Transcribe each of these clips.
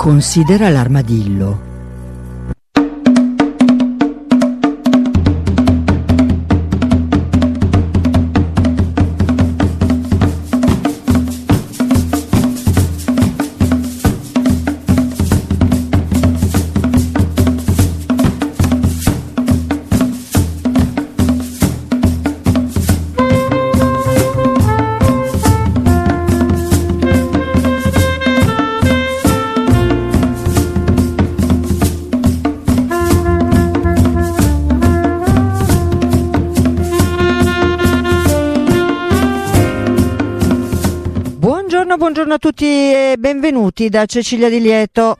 Considera l'armadillo. Buongiorno a tutti e benvenuti da Cecilia Di Lieto.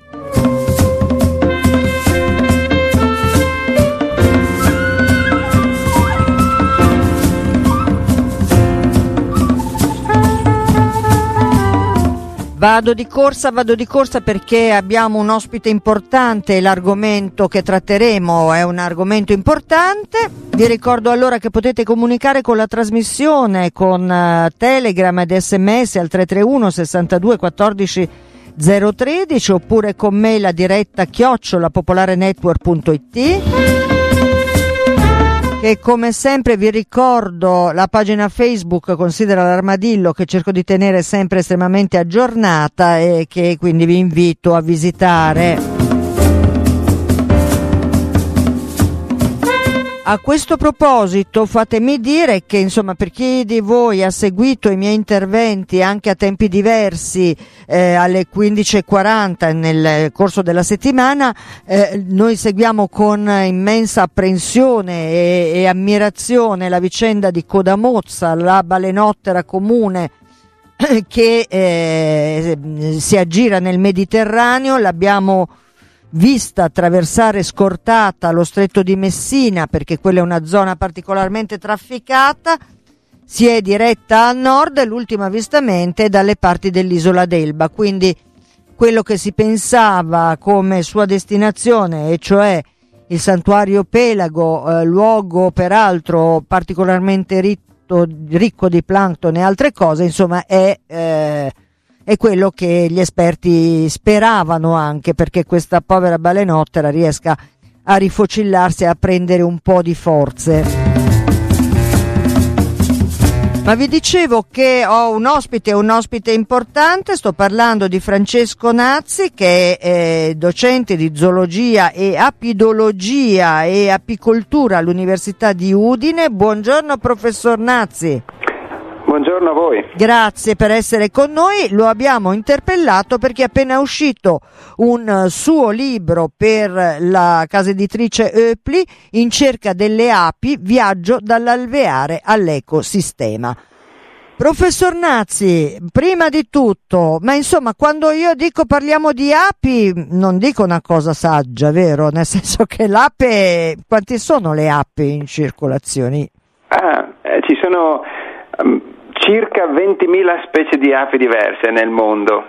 Vado di corsa perché abbiamo un ospite importante e l'argomento che tratteremo è un argomento importante. Vi ricordo allora che potete comunicare con la trasmissione con Telegram ed SMS al 331 62 14 013 oppure con mail a diretta @popolarenetwork.it. E come sempre vi ricordo la pagina Facebook Considera l'armadillo, che cerco di tenere sempre estremamente aggiornata e che quindi vi invito a visitare. A questo proposito fatemi dire che insomma, per chi di voi ha seguito i miei interventi anche a tempi diversi alle 15:40 nel corso della settimana, noi seguiamo con immensa apprensione e ammirazione la vicenda di Codamozza, la balenottera comune che si aggira nel Mediterraneo. L'abbiamo vista attraversare scortata lo stretto di Messina, perché quella è una zona particolarmente trafficata, si è diretta a nord e l'ultimo avvistamento è dalle parti dell'isola d'Elba, quindi quello che si pensava come sua destinazione, e cioè il santuario Pelago, luogo peraltro particolarmente ricco di plancton e altre cose, insomma è quello che gli esperti speravano, anche perché questa povera balenottera riesca a rifocillarsi e a prendere un po' di forze. Ma vi dicevo che ho un ospite importante, sto parlando di Francesco Nazzi, che è docente di zoologia e apidologia e apicoltura all'Università di Udine. Buongiorno professor Nazzi. Buongiorno a voi. Grazie per essere con noi. Lo abbiamo interpellato perché è appena uscito un suo libro per la casa editrice Oepli, In cerca delle api, viaggio dall'alveare all'ecosistema. Professor Nazzi, prima di tutto, ma insomma, quando io dico parliamo di api, non dico una cosa saggia, vero? Nel senso che l'ape, quanti sono le api in circolazione? Ci sono circa 20.000 specie di api diverse nel mondo,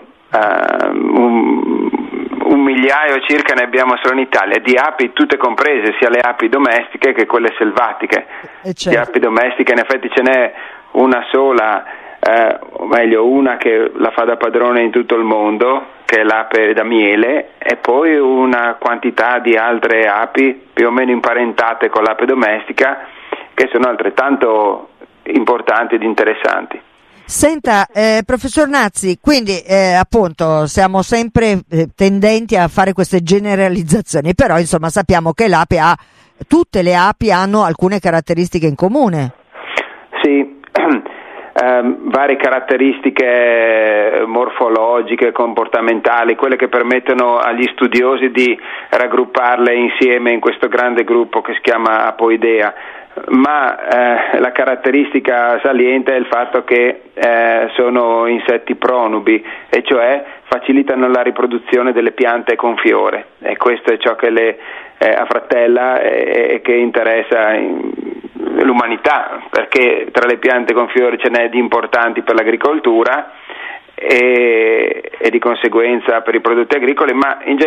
un migliaio circa ne abbiamo solo in Italia, di api tutte comprese, sia le api domestiche che quelle selvatiche. Certo. Di api domestiche in effetti ce n'è una sola, o meglio una che la fa da padrone in tutto il mondo, che è l'ape da miele, e poi una quantità di altre api più o meno imparentate con l'ape domestica, che sono altrettanto importanti ed interessanti. Senta, professor Nazzi, quindi appunto siamo sempre tendenti a fare queste generalizzazioni, però insomma sappiamo che tutte le api hanno alcune caratteristiche in comune. Sì, varie caratteristiche morfologiche, comportamentali, quelle che permettono agli studiosi di raggrupparle insieme in questo grande gruppo che si chiama Apoidea. Ma la caratteristica saliente è il fatto che sono insetti pronubi, e cioè facilitano la riproduzione delle piante con fiore, e questo è ciò che le affrattella e che interessa l'umanità, perché tra le piante con fiore ce n'è di importanti per l'agricoltura e di conseguenza per i prodotti agricoli, ma in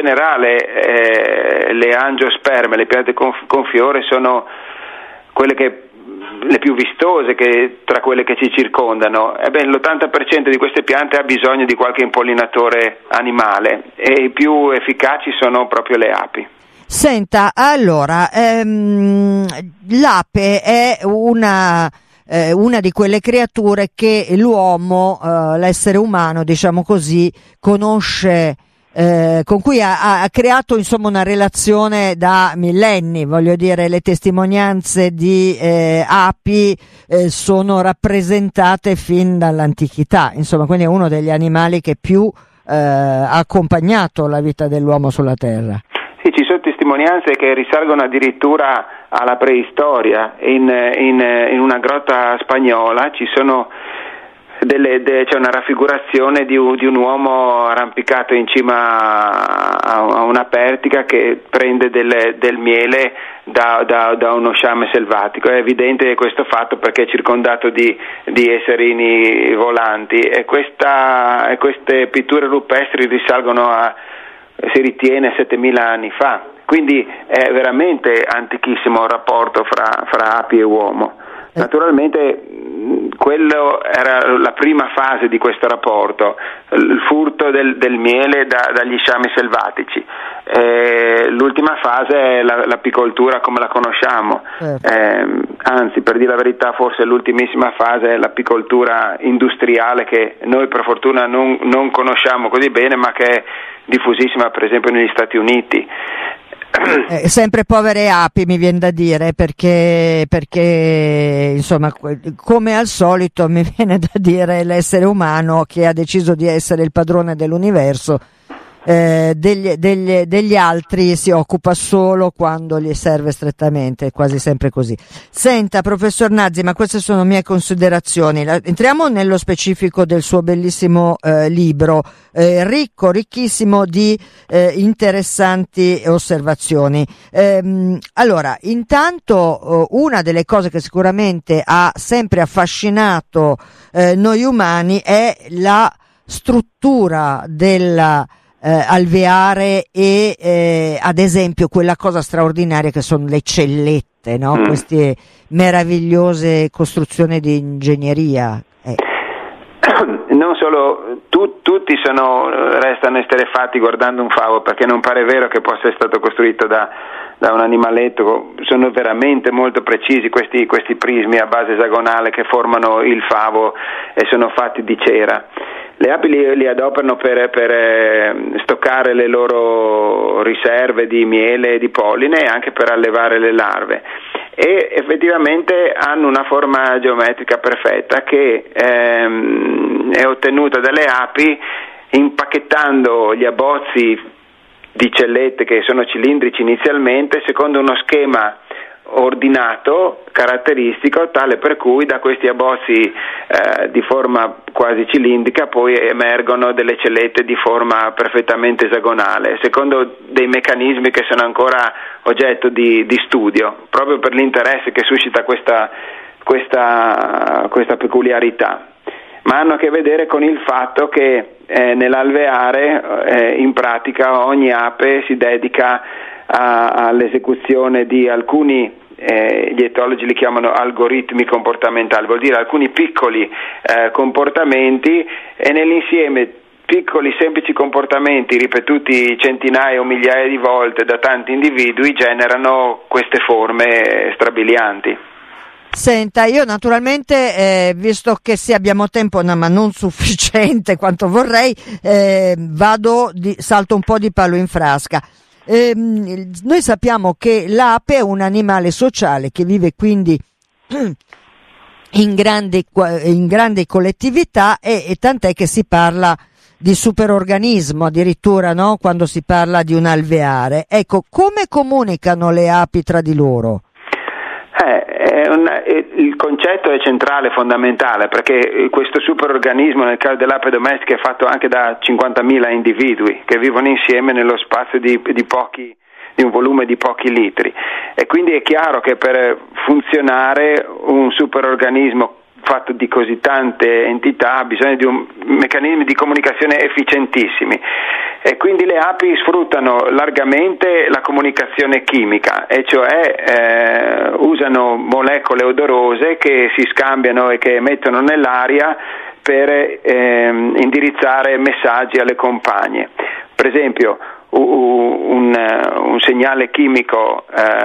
generale le angiosperme, le piante con fiore, sono quelle che le più vistose tra quelle che ci circondano. L'80% di queste piante ha bisogno di qualche impollinatore animale e i più efficaci sono proprio le api. Senta, allora, l'ape è una di quelle creature che l'uomo, l'essere umano, diciamo così, conosce, con cui ha creato insomma una relazione da millenni. Voglio dire, le testimonianze di api sono rappresentate fin dall'antichità, insomma, quindi è uno degli animali che più ha accompagnato la vita dell'uomo sulla Terra. Sì, ci sono testimonianze che risalgono addirittura alla preistoria. In una grotta spagnola ci sono c'è una raffigurazione di un uomo arrampicato in cima a una pertica che prende del miele da uno sciame selvatico. È evidente questo fatto perché è circondato di esserini volanti, e queste pitture rupestri risalgono si ritiene 7.000 anni fa, quindi è veramente antichissimo il rapporto fra api e uomo. Naturalmente quello era la prima fase di questo rapporto, il furto del miele dagli sciami selvatici. L'ultima fase è l'apicoltura come la conosciamo, anzi, per dire la verità, forse l'ultimissima fase è l'apicoltura industriale, che noi per fortuna non conosciamo così bene, ma che è diffusissima per esempio negli Stati Uniti. Sempre povere api, mi viene da dire, perché insomma, come al solito mi viene da dire, l'essere umano che ha deciso di essere il padrone dell'universo, degli altri si occupa solo quando gli serve strettamente, è quasi sempre così. Senta, professor Nazzi, ma queste sono mie considerazioni. Entriamo nello specifico del suo bellissimo libro, ricchissimo di interessanti osservazioni. Allora, intanto una delle cose che sicuramente ha sempre affascinato noi umani è la struttura della alveare e ad esempio quella cosa straordinaria che sono le cellette, no? Queste meravigliose costruzioni di ingegneria. Non solo, tutti restano esterrefatti guardando un favo, perché non pare vero che possa essere stato costruito da un animaletto. Sono veramente molto precisi questi prismi a base esagonale che formano il favo e sono fatti di cera. Le api li adoperano per stoccare le loro riserve di miele e di polline, e anche per allevare le larve, e effettivamente hanno una forma geometrica perfetta che è ottenuta dalle api impacchettando gli abbozzi di cellette che sono cilindrici inizialmente secondo uno schema ordinato, caratteristico, tale per cui da questi abbozzi di forma quasi cilindrica poi emergono delle cellette di forma perfettamente esagonale, secondo dei meccanismi che sono ancora oggetto di studio, proprio per l'interesse che suscita questa peculiarità, ma hanno a che vedere con il fatto che nell'alveare in pratica ogni ape si dedica all'esecuzione di alcuni, gli etologi li chiamano algoritmi comportamentali, vuol dire alcuni piccoli comportamenti, e nell'insieme piccoli semplici comportamenti ripetuti centinaia o migliaia di volte da tanti individui generano queste forme strabilianti. Senta, io naturalmente, visto che sì, abbiamo tempo, ma non sufficiente quanto vorrei, salto un po' di palo in frasca. Noi sappiamo che l'ape è un animale sociale che vive quindi in grande collettività, e tant'è che si parla di superorganismo addirittura, no? Quando si parla di un alveare. Ecco, come comunicano le api tra di loro? Il concetto è centrale, fondamentale, perché questo superorganismo nel caso dell'ape domestica è fatto anche da 50.000 individui che vivono insieme nello spazio di un volume di pochi litri, e quindi è chiaro che per funzionare un superorganismo fatto di così tante entità ha bisogno di meccanismi di comunicazione efficientissimi, e quindi le api sfruttano largamente la comunicazione chimica, e cioè usano molecole odorose che si scambiano e che emettono nell'aria per indirizzare messaggi alle compagne. Per esempio un segnale chimico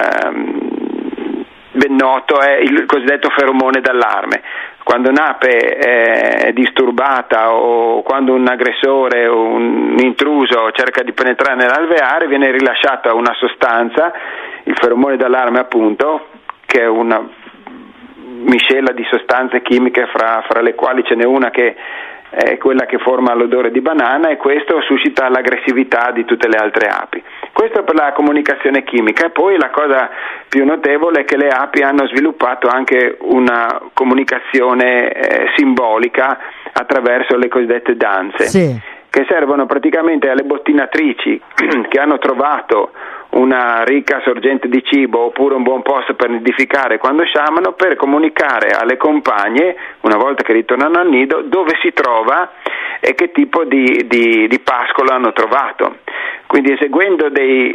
ben noto è il cosiddetto feromone d'allarme. Quando un'ape è disturbata o quando un aggressore o un intruso cerca di penetrare nell'alveare, viene rilasciata una sostanza, il feromone d'allarme appunto, che è una miscela di sostanze chimiche fra le quali ce n'è una che è quella che forma l'odore di banana, e questo suscita l'aggressività di tutte le altre api. Questo per la comunicazione chimica. E poi la cosa più notevole è che le api hanno sviluppato anche una comunicazione simbolica attraverso le cosiddette danze, sì, che servono praticamente alle bottinatrici che hanno trovato una ricca sorgente di cibo oppure un buon posto per nidificare quando sciamano, per comunicare alle compagne, una volta che ritornano al nido, dove si trova e che tipo di pascolo hanno trovato. Quindi eseguendo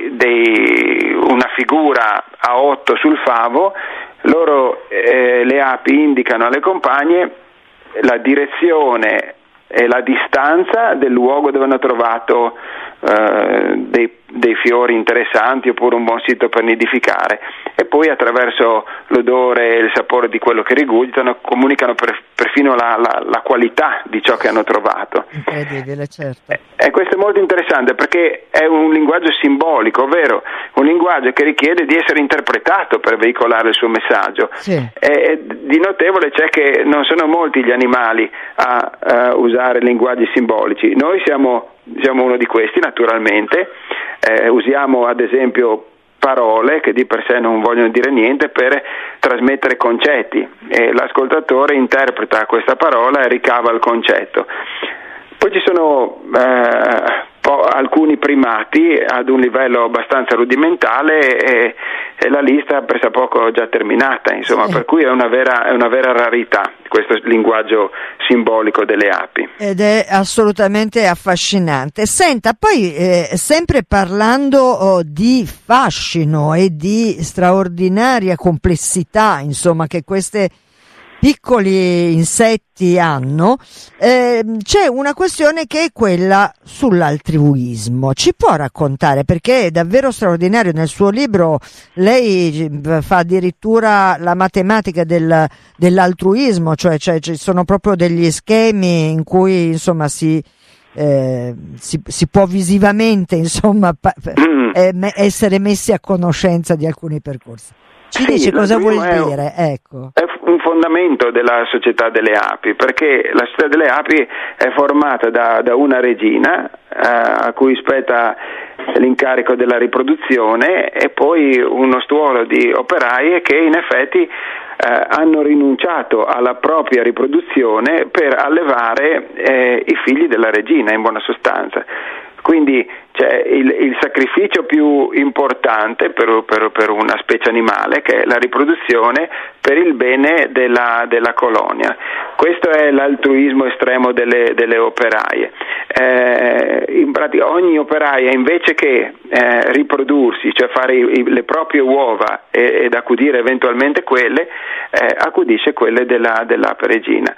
una figura a 8 sul favo, le api indicano alle compagne la direzione e la distanza del luogo dove hanno trovato dei fiori interessanti oppure un buon sito per nidificare, e poi attraverso l'odore e il sapore di quello che rigurgitano comunicano perfino la qualità di ciò che hanno trovato. Incredibile, certo. E questo è molto interessante perché è un linguaggio simbolico, ovvero un linguaggio che richiede di essere interpretato per veicolare il suo messaggio. Sì. E di notevole c'è che non sono molti gli animali a usare linguaggi simbolici. Noi siamo uno di questi, naturalmente. Usiamo ad esempio parole che di per sé non vogliono dire niente per trasmettere concetti, e l'ascoltatore interpreta questa parola e ricava il concetto. Poi ci sono alcuni primati ad un livello abbastanza rudimentale, e la lista pressappoco già terminata, insomma, sì. Per cui è una vera rarità questo linguaggio simbolico delle api. Ed è assolutamente affascinante. Senta, poi sempre parlando di fascino e di straordinaria complessità, insomma, che queste piccoli insetti hanno, c'è una questione che è quella sull'altruismo. Ci può raccontare, perché è davvero straordinario. Nel suo libro lei fa addirittura la matematica dell'altruismo, cioè ci sono proprio degli schemi in cui insomma si può visivamente insomma essere messi a conoscenza di alcuni percorsi. Ci dice cosa vuol dire? Ecco. È un fondamento della società delle api, perché la società delle api è formata da una regina a cui spetta l'incarico della riproduzione, e poi uno stuolo di operaie che in effetti hanno rinunciato alla propria riproduzione per allevare i figli della regina, in buona sostanza. Quindi c'è il sacrificio più importante per una specie animale, che è la riproduzione per il bene della colonia. Questo è l'altruismo estremo delle operaie. In pratica ogni operaia, invece che riprodursi, cioè fare le proprie uova ed accudire eventualmente quelle, accudisce quelle dell'ape regina.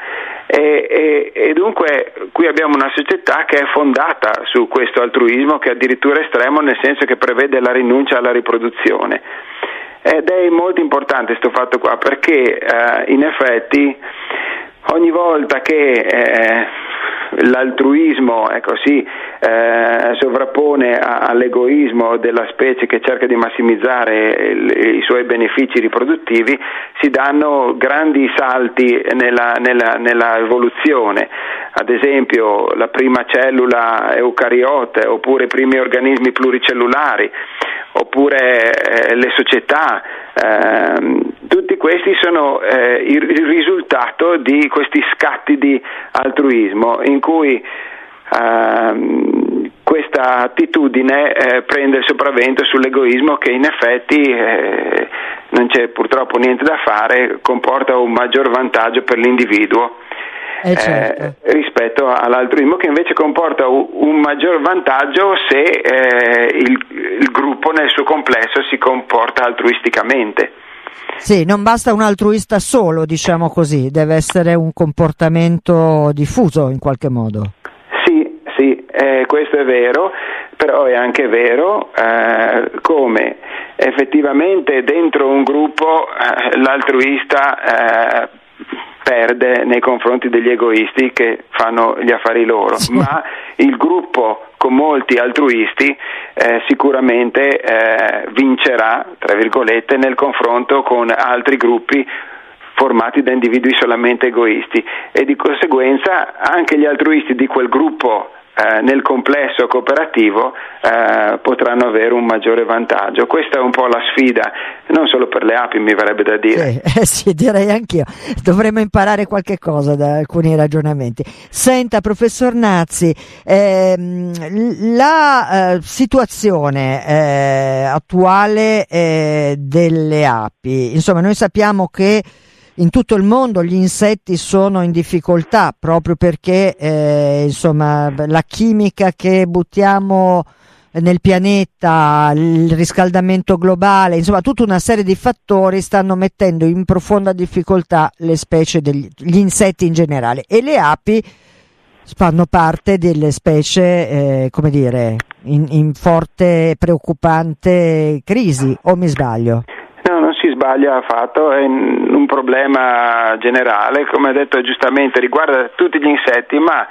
E dunque qui abbiamo una società che è fondata su questo altruismo, che è addirittura estremo, nel senso che prevede la rinuncia alla riproduzione. Ed è molto importante questo fatto qua, perché in effetti ogni volta che l'altruismo si sovrappone all'egoismo della specie che cerca di massimizzare i suoi benefici riproduttivi, si danno grandi salti nella evoluzione. Ad esempio la prima cellula eucariote, oppure i primi organismi pluricellulari, oppure le società, tutti questi sono il risultato di questi scatti di altruismo, in cui questa attitudine prende il sopravvento sull'egoismo, che in effetti non c'è purtroppo niente da fare, comporta un maggior vantaggio per l'individuo certo. Rispetto all'altruismo, che invece comporta un maggior vantaggio se il gruppo nel suo complesso si comporta altruisticamente. Sì, non basta un altruista solo, diciamo così, deve essere un comportamento diffuso in qualche modo. Sì, questo è vero, però è anche vero come effettivamente dentro un gruppo l'altruista perde nei confronti degli egoisti che fanno gli affari loro, sì. Ma il gruppo con molti altruisti sicuramente vincerà, tra virgolette, nel confronto con altri gruppi formati da individui solamente egoisti, e di conseguenza anche gli altruisti di quel gruppo nel complesso cooperativo potranno avere un maggiore vantaggio. Questa è un po' la sfida, non solo per le api, mi verrebbe da dire. Sì, direi anch'io. Dovremmo imparare qualche cosa da alcuni ragionamenti. Senta, professor Nazzi, la situazione attuale delle api, insomma, noi sappiamo che in tutto il mondo gli insetti sono in difficoltà proprio perché insomma la chimica che buttiamo nel pianeta, il riscaldamento globale, insomma tutta una serie di fattori stanno mettendo in profonda difficoltà le specie gli insetti in generale, e le api fanno parte delle specie come dire in forte preoccupante crisi, o mi sbaglio? No, non si sbaglia affatto, è un problema generale, come ha detto giustamente, riguarda tutti gli insetti, ma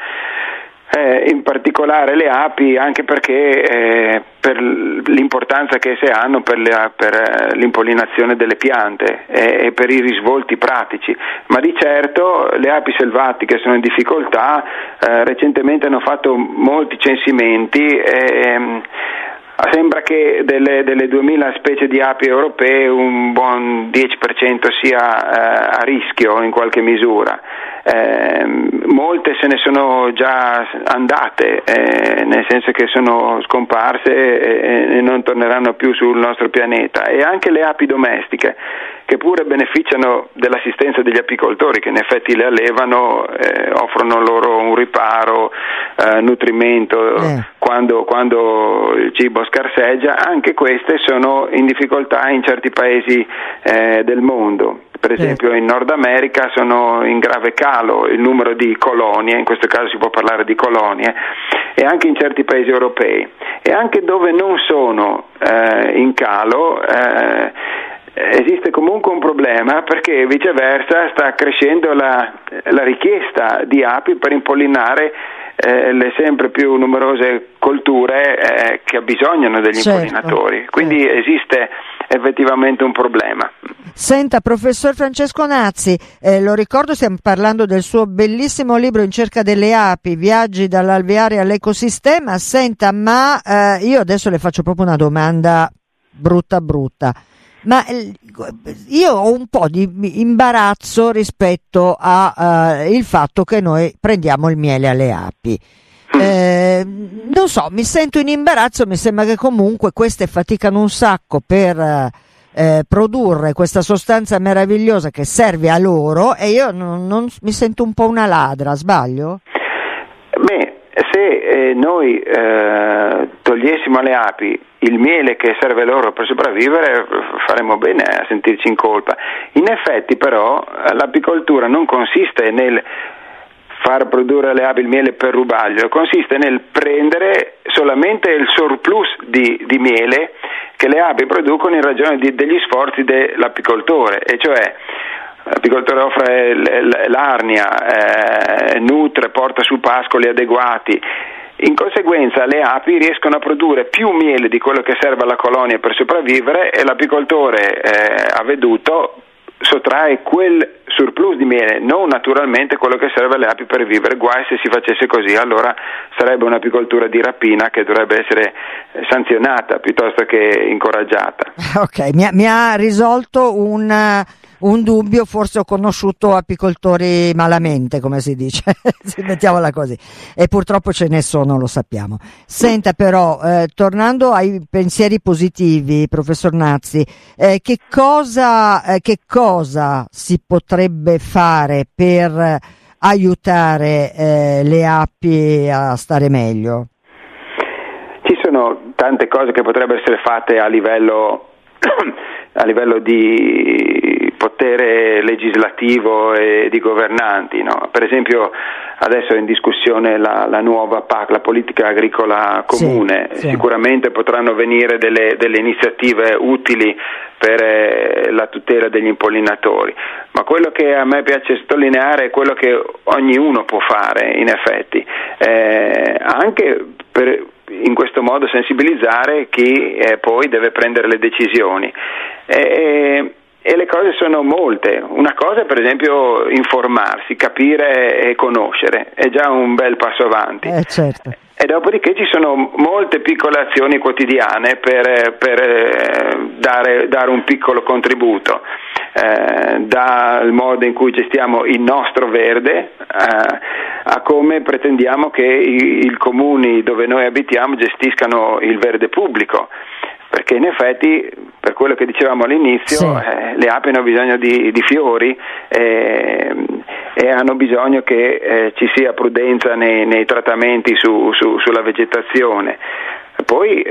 in particolare le api, anche perché per l'importanza che esse hanno per l'impollinazione delle piante e per i risvolti pratici, ma di certo le api selvatiche sono in difficoltà. Recentemente hanno fatto molti censimenti sembra che delle 2000 specie di api europee un buon 10% sia a rischio in qualche misura. Molte se ne sono già andate, nel senso che sono scomparse e non torneranno più sul nostro pianeta, e anche le api domestiche, che pure beneficiano dell'assistenza degli apicoltori, che in effetti le allevano, offrono loro un riparo, nutrimento quando il cibo scarseggia. Anche queste sono in difficoltà in certi paesi del mondo. Per esempio in Nord America sono in grave calo il numero di colonie, in questo caso si può parlare di colonie, e anche in certi paesi europei. E anche dove non sono in calo esiste comunque un problema, perché viceversa sta crescendo la richiesta di api per impollinare le sempre più numerose colture che abbisognano degli impollinatori. Quindi esiste effettivamente un problema. Senta, professor Francesco Nazzi, lo ricordo, stiamo parlando del suo bellissimo libro In cerca delle api, viaggi dall'alveare all'ecosistema. Senta, ma io adesso le faccio proprio una domanda brutta. Ma io ho un po' di imbarazzo rispetto a il fatto che noi prendiamo il miele alle api. Non so, mi sento in imbarazzo, mi sembra che comunque queste faticano un sacco per produrre questa sostanza meravigliosa che serve a loro, e io non mi sento un po' una ladra, sbaglio? Beh, se noi togliessimo alle api il miele che serve loro per sopravvivere, faremmo bene a sentirci in colpa. In effetti però l'apicoltura non consiste nel far produrre alle api il miele per rubaggio, consiste nel prendere solamente il surplus di miele che le api producono in ragione degli sforzi dell'apicoltore, e cioè l'apicoltore offre l'arnia, nutre, porta su pascoli adeguati. In conseguenza le api riescono a produrre più miele di quello che serve alla colonia per sopravvivere, e l'apicoltore avveduto sottrae quel surplus di miele, non naturalmente quello che serve alle api per vivere. Guai se si facesse così, allora sarebbe un'apicoltura di rapina che dovrebbe essere sanzionata piuttosto che incoraggiata. Ok, mi ha risolto un dubbio, forse ho conosciuto apicoltori malamente, come si dice, mettiamola così, e purtroppo ce ne sono, lo sappiamo. Senta però, tornando ai pensieri positivi, professor Nazzi, che cosa si potrebbe fare per aiutare le api a stare meglio? Ci sono tante cose che potrebbero essere fatte a livello di potere legislativo e di governanti, no? Per esempio adesso è in discussione la nuova PAC, la politica agricola comune. Sì. Sicuramente potranno venire delle iniziative utili per la tutela degli impollinatori, ma quello che a me piace sottolineare è quello che ognuno può fare, in effetti, anche per in questo modo sensibilizzare chi poi deve prendere le decisioni. E le cose sono molte. Una cosa è per esempio informarsi, capire e conoscere, è già un bel passo avanti. Certo. E dopodiché ci sono molte piccole azioni quotidiane per dare un piccolo contributo, dal modo in cui gestiamo il nostro verde a come pretendiamo che i comuni dove noi abitiamo gestiscano il verde pubblico. Perché in effetti, per quello che dicevamo all'inizio, sì, le api hanno bisogno di fiori e hanno bisogno che ci sia prudenza nei trattamenti sulla vegetazione. Poi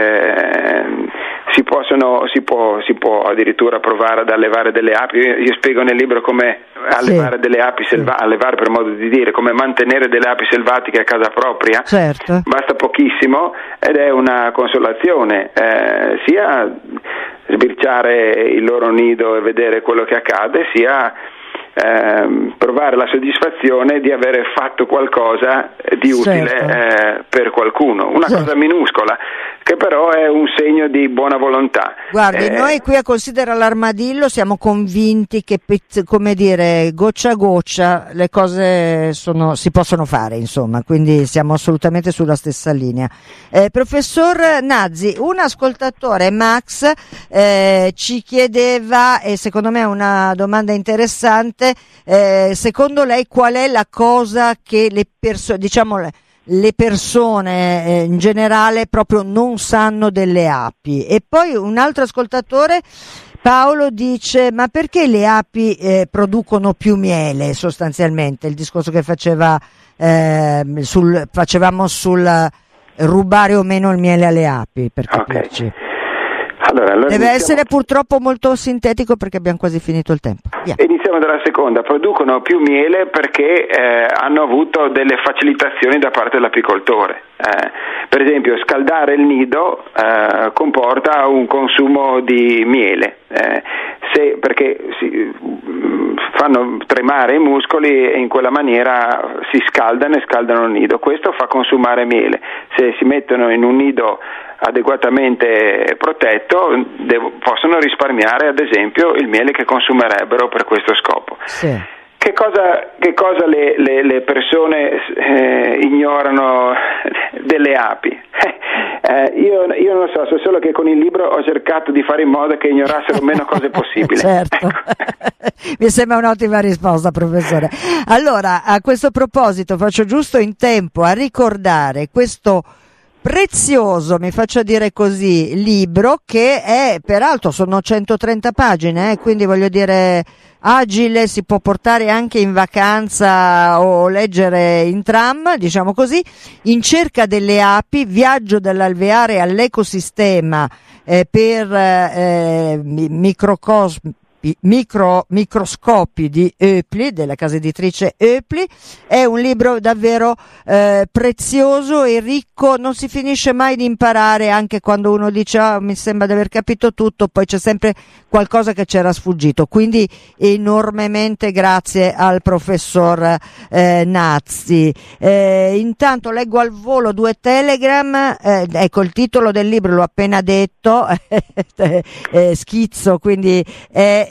si può addirittura provare ad allevare delle api. Io spiego nel libro come allevare delle api allevare, per modo di dire, come mantenere delle api selvatiche a casa propria. Certo. Basta pochissimo ed è una consolazione, sia sbirciare il loro nido e vedere quello che accade, sia provare la soddisfazione di aver fatto qualcosa di utile, certo, per qualcuno, una cosa minuscola che però è un segno di buona volontà. Guardi, noi qui a Considera l'Armadillo siamo convinti che, come dire, goccia a goccia le cose si possono fare, insomma, quindi siamo assolutamente sulla stessa linea. Professor Nazzi, un ascoltatore, Max, ci chiedeva, e secondo me è una domanda interessante, secondo lei qual è la cosa che le persone in generale proprio non sanno delle api? E poi un altro ascoltatore, Paolo, dice: ma perché le api producono più miele, sostanzialmente, il discorso che facevamo sul rubare o meno il miele alle api, per capirci. Okay. Allora deve essere purtroppo molto sintetico perché abbiamo quasi finito il tempo. Iniziamo dalla seconda. Producono più miele perché hanno avuto delle facilitazioni da parte dell'apicoltore. Per esempio, scaldare il nido comporta un consumo di miele, perché fanno tremare i muscoli e in quella maniera si scaldano e scaldano il nido. Questo fa consumare miele. Se si mettono in un nido adeguatamente protetto possono risparmiare ad esempio il miele che consumerebbero per questo scopo. Sì. Che cosa le persone ignorano delle api? Io non lo so, so solo che con il libro ho cercato di fare in modo che ignorassero meno cose possibili. Certo. Mi sembra un'ottima risposta, professore. Allora, a questo proposito faccio giusto in tempo a ricordare questo prezioso, mi faccio dire così, libro che è, peraltro sono 130 pagine, quindi voglio dire agile, si può portare anche in vacanza o leggere in tram, diciamo così. In cerca delle api, viaggio dall'alveare all'ecosistema per microscopi di Oepli, della casa editrice Oepli. È un libro davvero prezioso e ricco, non si finisce mai di imparare, anche quando uno dice mi sembra di aver capito tutto, poi c'è sempre qualcosa che c'era sfuggito, quindi enormemente grazie al professor Nazzi. Intanto leggo al volo 2 telegram, ecco il titolo del libro l'ho appena detto, schizzo, quindi è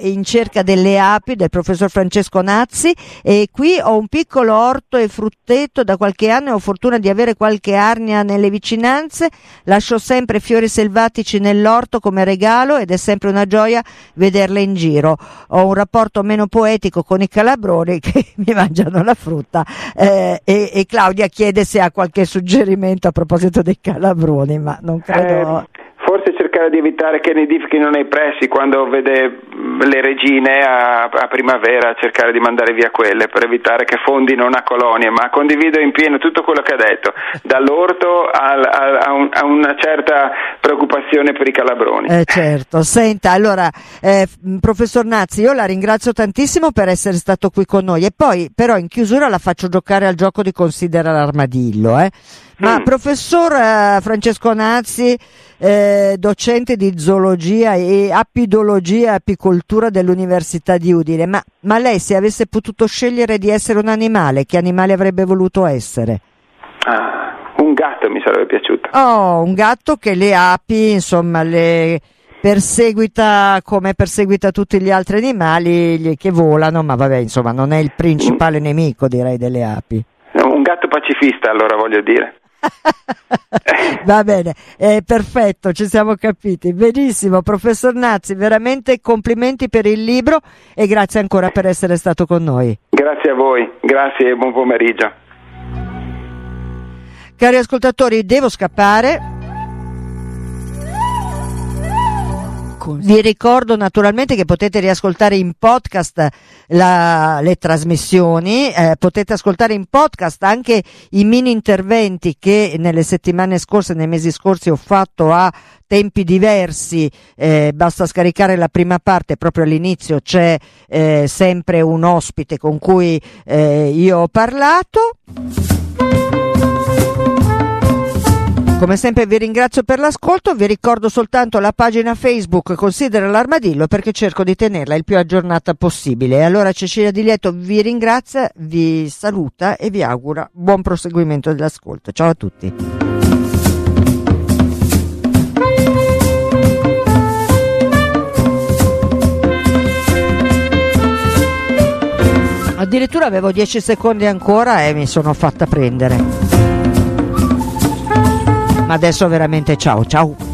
in cerca delle api del professor Francesco Nazzi, e qui ho un piccolo orto e frutteto da qualche anno e ho fortuna di avere qualche arnia nelle vicinanze. Lascio sempre fiori selvatici nell'orto come regalo ed è sempre una gioia vederle in giro. Ho un rapporto meno poetico con i calabroni che mi mangiano la frutta, e Claudia chiede se ha qualche suggerimento a proposito dei calabroni, ma non credo. Forse cercare di evitare che nidifichino nei pressi, quando vede le regine a primavera, cercare di mandare via quelle per evitare che fondino una colonia. Ma condivido in pieno tutto quello che ha detto, dall'orto a una certa preoccupazione per i calabroni. Certo. Senta, allora professor Nazzi, io la ringrazio tantissimo per essere stato qui con noi, e poi però in chiusura la faccio giocare al gioco di Considera l'armadillo, Ma professor Francesco Nazzi, docente di zoologia e apidologia e apicoltura dell'Università di Udine, ma lei, se avesse potuto scegliere di essere un animale, che animale avrebbe voluto essere? Un gatto mi sarebbe piaciuto. Oh, un gatto che le api, insomma, le perseguita come perseguita tutti gli altri animali che volano, ma vabbè, insomma, non è il principale nemico, direi, delle api. Un gatto pacifista, allora, voglio dire. Va bene, perfetto, ci siamo capiti. Benissimo, professor Nazzi, veramente complimenti per il libro e grazie ancora per essere stato con noi. Grazie a voi, grazie e buon pomeriggio. Cari ascoltatori, devo scappare. Vi ricordo naturalmente che potete riascoltare in podcast le trasmissioni, potete ascoltare in podcast anche i mini interventi che nelle settimane scorse, nei mesi scorsi ho fatto a tempi diversi. Basta scaricare la prima parte, proprio all'inizio c'è sempre un ospite con cui io ho parlato. Come sempre vi ringrazio per l'ascolto, vi ricordo soltanto la pagina Facebook Considera l'armadillo, perché cerco di tenerla il più aggiornata possibile. E allora Cecilia Di Lieto vi ringrazia, vi saluta e vi augura buon proseguimento dell'ascolto. Ciao a tutti. Addirittura avevo 10 secondi ancora e mi sono fatta prendere. Ma adesso veramente ciao.